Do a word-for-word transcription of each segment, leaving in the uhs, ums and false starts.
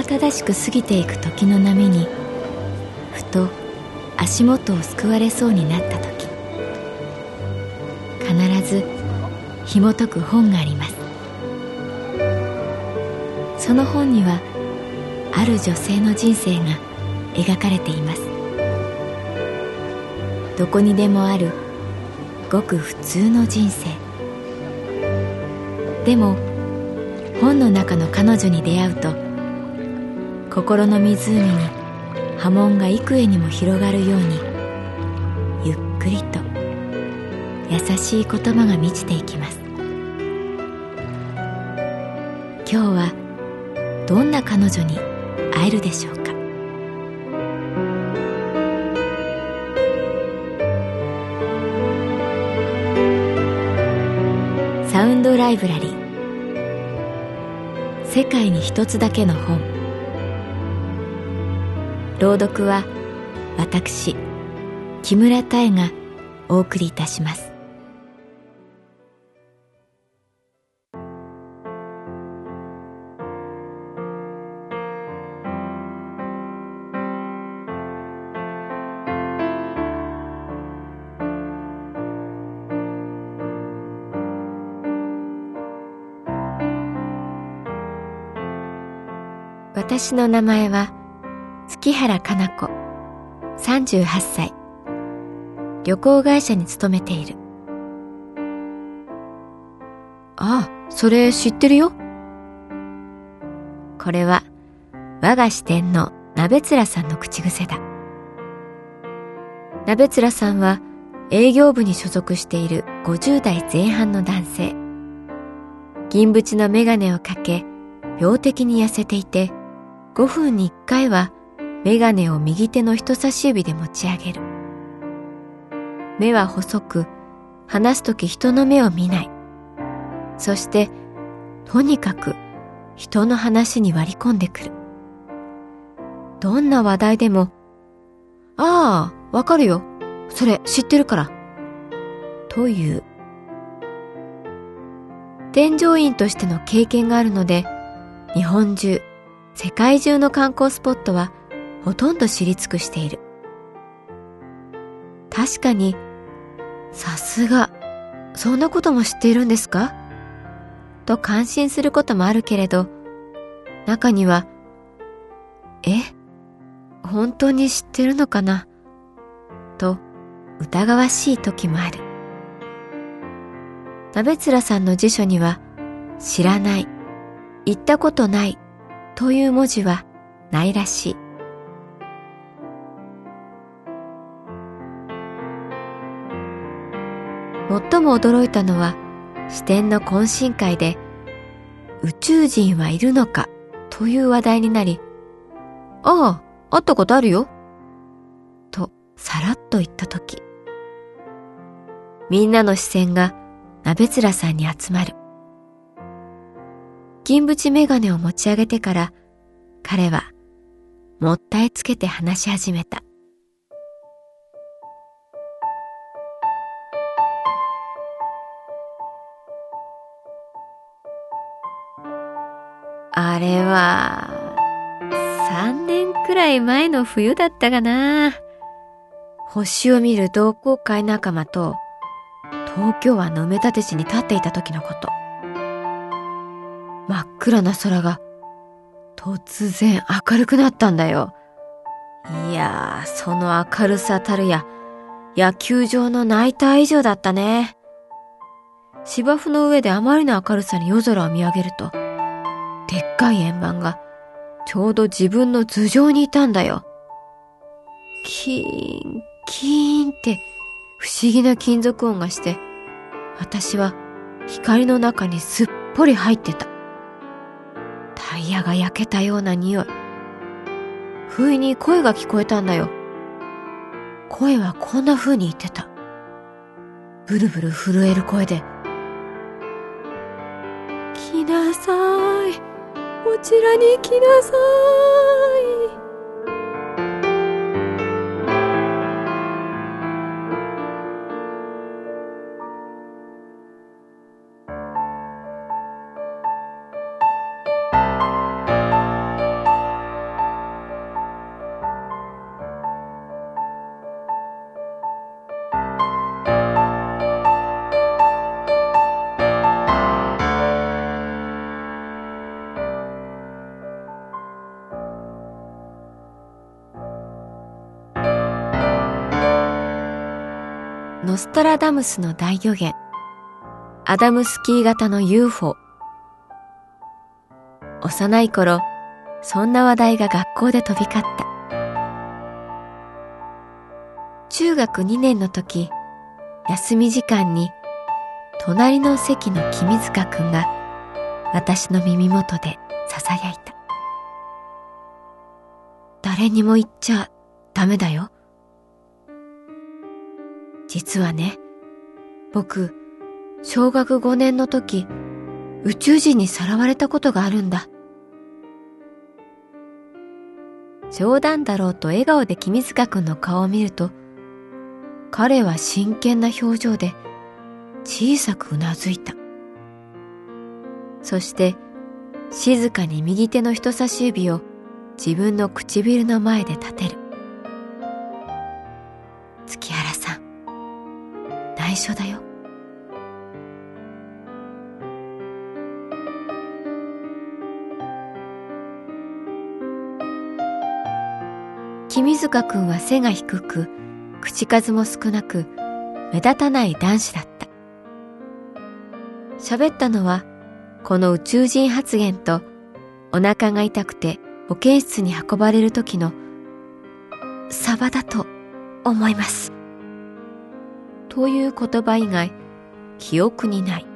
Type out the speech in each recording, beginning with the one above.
慌ただしく過ぎていく時の波にふと足元をすくわれそうになった時、必ず紐解く本があります。その本にはある女性の人生が描かれています。どこにでもあるごく普通の人生。でも本の中の彼女に出会うと、心の湖に波紋が幾重にも広がるように、ゆっくりと優しい言葉が満ちていきます。今日はどんな彼女に会えるでしょうか。サウンドライブラリー、世界に一つだけの本。朗読は私木村多江がお送りいたします。私の名前は月原かな子、さんじゅうはっさい。旅行会社に勤めている。ああ、それ知ってるよ。これは我が支店の鍋面さんの口癖だ。鍋面さんは営業部に所属しているごじゅうだいぜん半の男性。銀縁の眼鏡をかけ、病的に痩せていて、ごふんにいっかいは眼鏡を右手の人差し指で持ち上げる。目は細く、話すとき人の目を見ない。そして、とにかく人の話に割り込んでくる。どんな話題でも、ああ、わかるよ。それ知ってるから。という。添乗員としての経験があるので、日本中、世界中の観光スポットはほとんど知り尽くしている。確かに、さすが、そんなことも知っているんですか？と感心することもあるけれど、中には、え、本当に知ってるのかな？と疑わしい時もある。鍋面さんの辞書には、知らない、行ったことない、という文字はないらしい。最も驚いたのは、支店の懇親会で、宇宙人はいるのかという話題になり、ああ、会ったことあるよ。とさらっと言ったとき、みんなの視線が鍋面さんに集まる。銀縁眼鏡を持ち上げてから、彼はもったいつけて話し始めた。あれは、さんねんくらい前の冬だったかな。星を見る同好会仲間と、東京湾の埋め立て地に立っていた時のこと。真っ暗な空が突然明るくなったんだよ。いやー、その明るさたるや野球場のナイター以上だったね。芝生の上であまりの明るさに夜空を見上げると、でっかい円盤がちょうど自分の頭上にいたんだよ。キーン、キーンって不思議な金属音がして、私は光の中にすっぽり入ってた。タイヤが焼けたような匂い。不意に声が聞こえたんだよ。声はこんな風に言ってた。ブルブル震える声で、来なさい。こちらに来なさい。 ノストラダムスの大予言、アダムスキー型の ユーフォー。幼い頃、そんな話題が学校で飛び交った。中学にねんの時、休み時間に隣の席の君塚くんが私の耳元で囁いた。誰にも言っちゃダメだよ。実はね、僕、小学ごねんの時、宇宙人にさらわれたことがあるんだ。冗談だろうと笑顔で君塚くんの顔を見ると、彼は真剣な表情で小さくうなずいた。そして静かに右手の人差し指を自分の唇の前で立てる。月原さん、内緒だよ。君塚くんは背が低く、口数も少なく、目立たない男子だった。喋ったのは、この宇宙人発言と、お腹が痛くて保健室に運ばれる時の、サバだと思います。という言葉以外、記憶にない。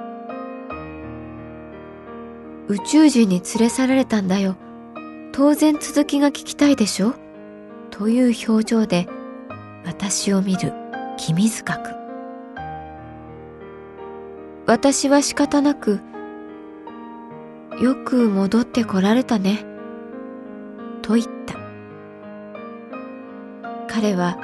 宇宙人に連れ去られたんだよ。当然続きが聞きたいでしょ？という表情で私を見る君塚くん。私は仕方なく、よく戻ってこられたね、と言った。彼は、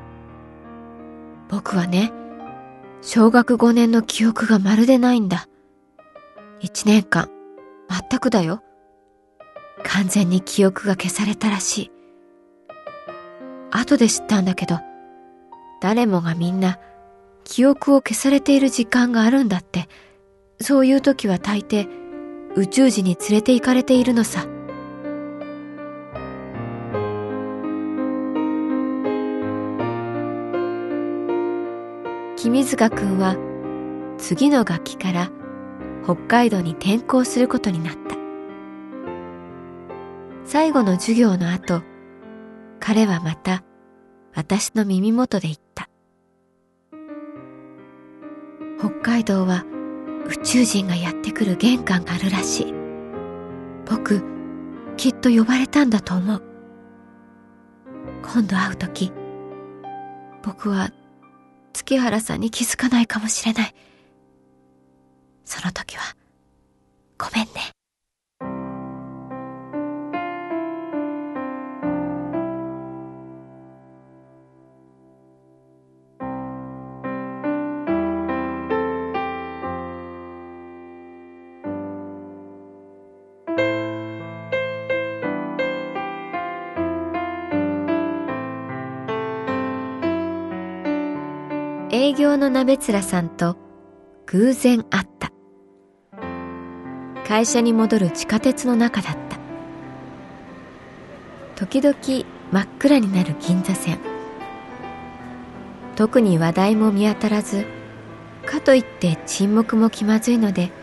僕はね、小学ごねんの記憶がまるでないんだ。一年間、全くだよ。完全に記憶が消されたらしい。後で知ったんだけど、誰もがみんな記憶を消されている時間があるんだって。そういう時は大抵宇宙人に連れて行かれているのさ。君塚くんは次の学期から北海道に転校することになった。最後の授業の後、彼はまた私の耳元で言った。北海道は宇宙人がやってくる玄関があるらしい。僕、きっと呼ばれたんだと思う。今度会うとき、僕は月原さんに気づかないかもしれない。その時は、ごめんね。営業の鍋面さんと偶然会った。会社に戻る地下鉄の中だった。時々真っ暗になる銀座線。特に話題も見当たらず、かといって沈黙も気まずいので、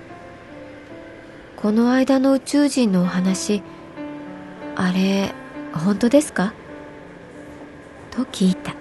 この間の宇宙人のお話、あれ、本当ですか？と聞いた。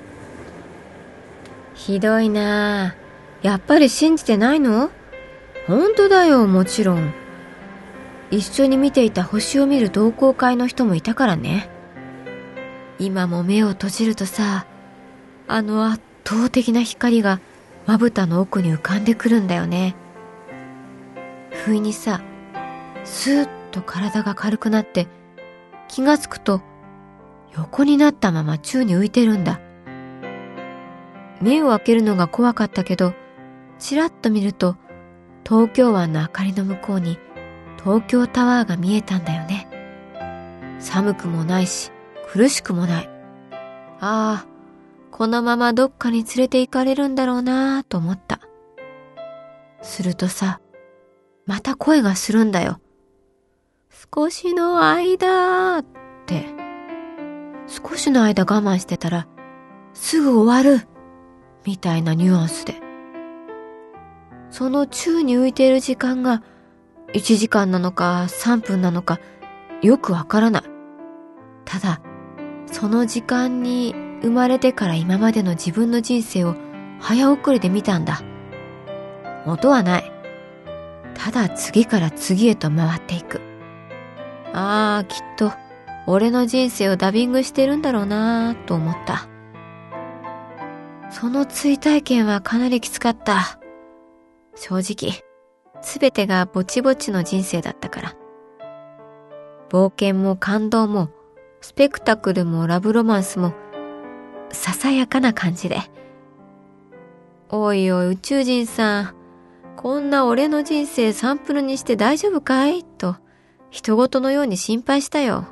ひどいなあ。やっぱり信じてないの？本当だよ、もちろん。一緒に見ていた星を見る同好会の人もいたからね。今も目を閉じるとさ、あの圧倒的な光がまぶたの奥に浮かんでくるんだよね。不意にさ、スーッと体が軽くなって、気がつくと横になったまま宙に浮いてるんだ。目を開けるのが怖かったけど、ちらっと見ると東京湾の明かりの向こうに東京タワーが見えたんだよね。寒くもないし苦しくもない。ああ、このままどっかに連れて行かれるんだろうなぁと思った。するとさ、また声がするんだよ。少しの間って。少しの間我慢してたらすぐ終わるみたいなニュアンスで。その宙に浮いている時間がいちじかんなのかさんぷんなのかよくわからない。ただ、その時間に生まれてから今までの自分の人生を早送りで見たんだ。音はない。ただ次から次へと回っていく。ああ、きっと俺の人生をダビングしてるんだろうなぁと思った。その追体験はかなりきつかった。正直、すべてがぼちぼちの人生だったから。冒険も感動も、スペクタクルもラブロマンスも、ささやかな感じで。おいおい宇宙人さん、こんな俺の人生サンプルにして大丈夫かいと、人事のように心配したよ。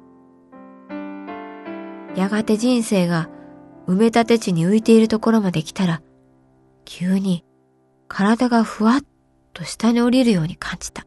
やがて人生が埋め立て地に浮いているところまで来たら、急に体がふわっと下に降りるように感じた。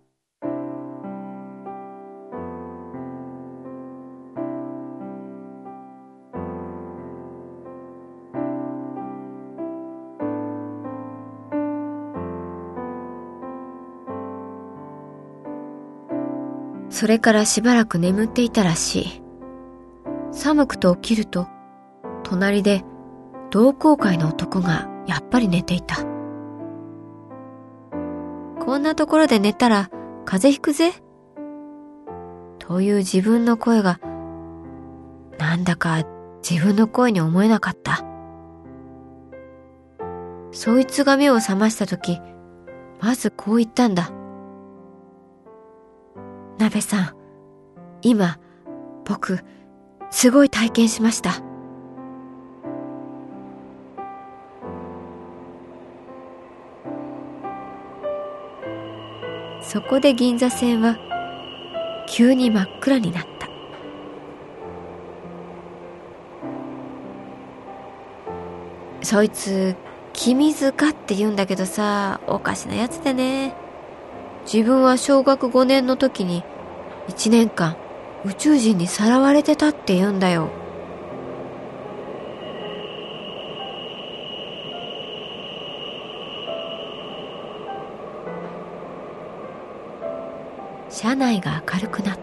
それからしばらく眠っていたらしい。寒くと起きると、隣で同好会の男がやっぱり寝ていた。こんなところで寝たら風邪ひくぜ。という自分の声が、なんだか自分の声に思えなかった。そいつが目を覚ましたとき、まずこう言ったんだ。鍋さん、今、僕、すごい体験しました。そこで銀座線は急に真っ暗になった。そいつ君塚って言うんだけどさ、おかしなやつでね。自分は小学ごねんの時にいちねんかん宇宙人にさらわれてたって言うんだよ。車内が明るくなった。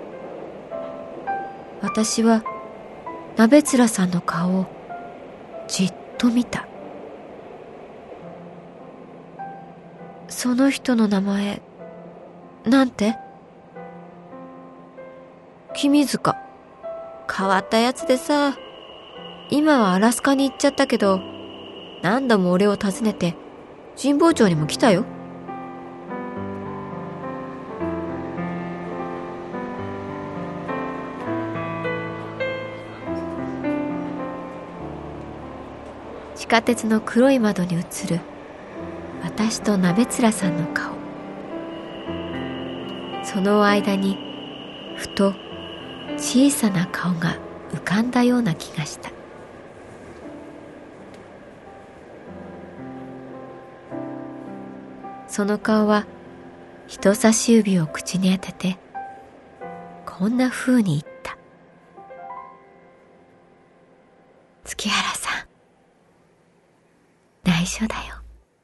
私は鍋面さんの顔をじっと見た。その人の名前、なんて？君塚。変わったやつでさ、今はアラスカに行っちゃったけど、何度も俺を訪ねて神保町にも来たよ。地下鉄の黒い窓に映る私と鍋面さんの顔。その間にふと小さな顔が浮かんだような気がした。その顔は人差し指を口に当ててこんな風に言った。月原さん、内緒だよ。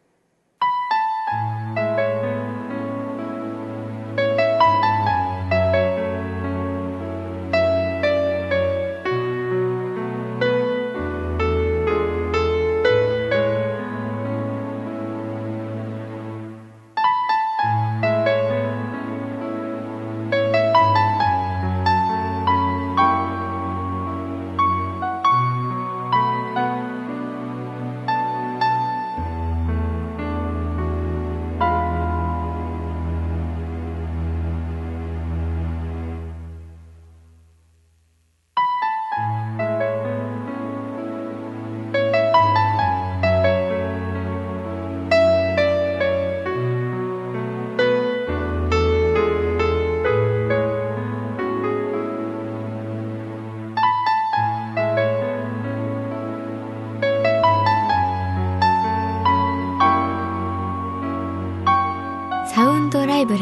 サウンドライブラリ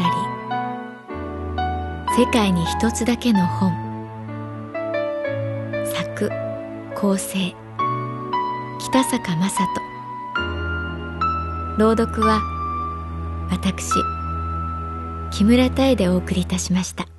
ー。世界に一つだけの本。作・構成北坂雅人。朗読は私木村多江でお送りいたしました。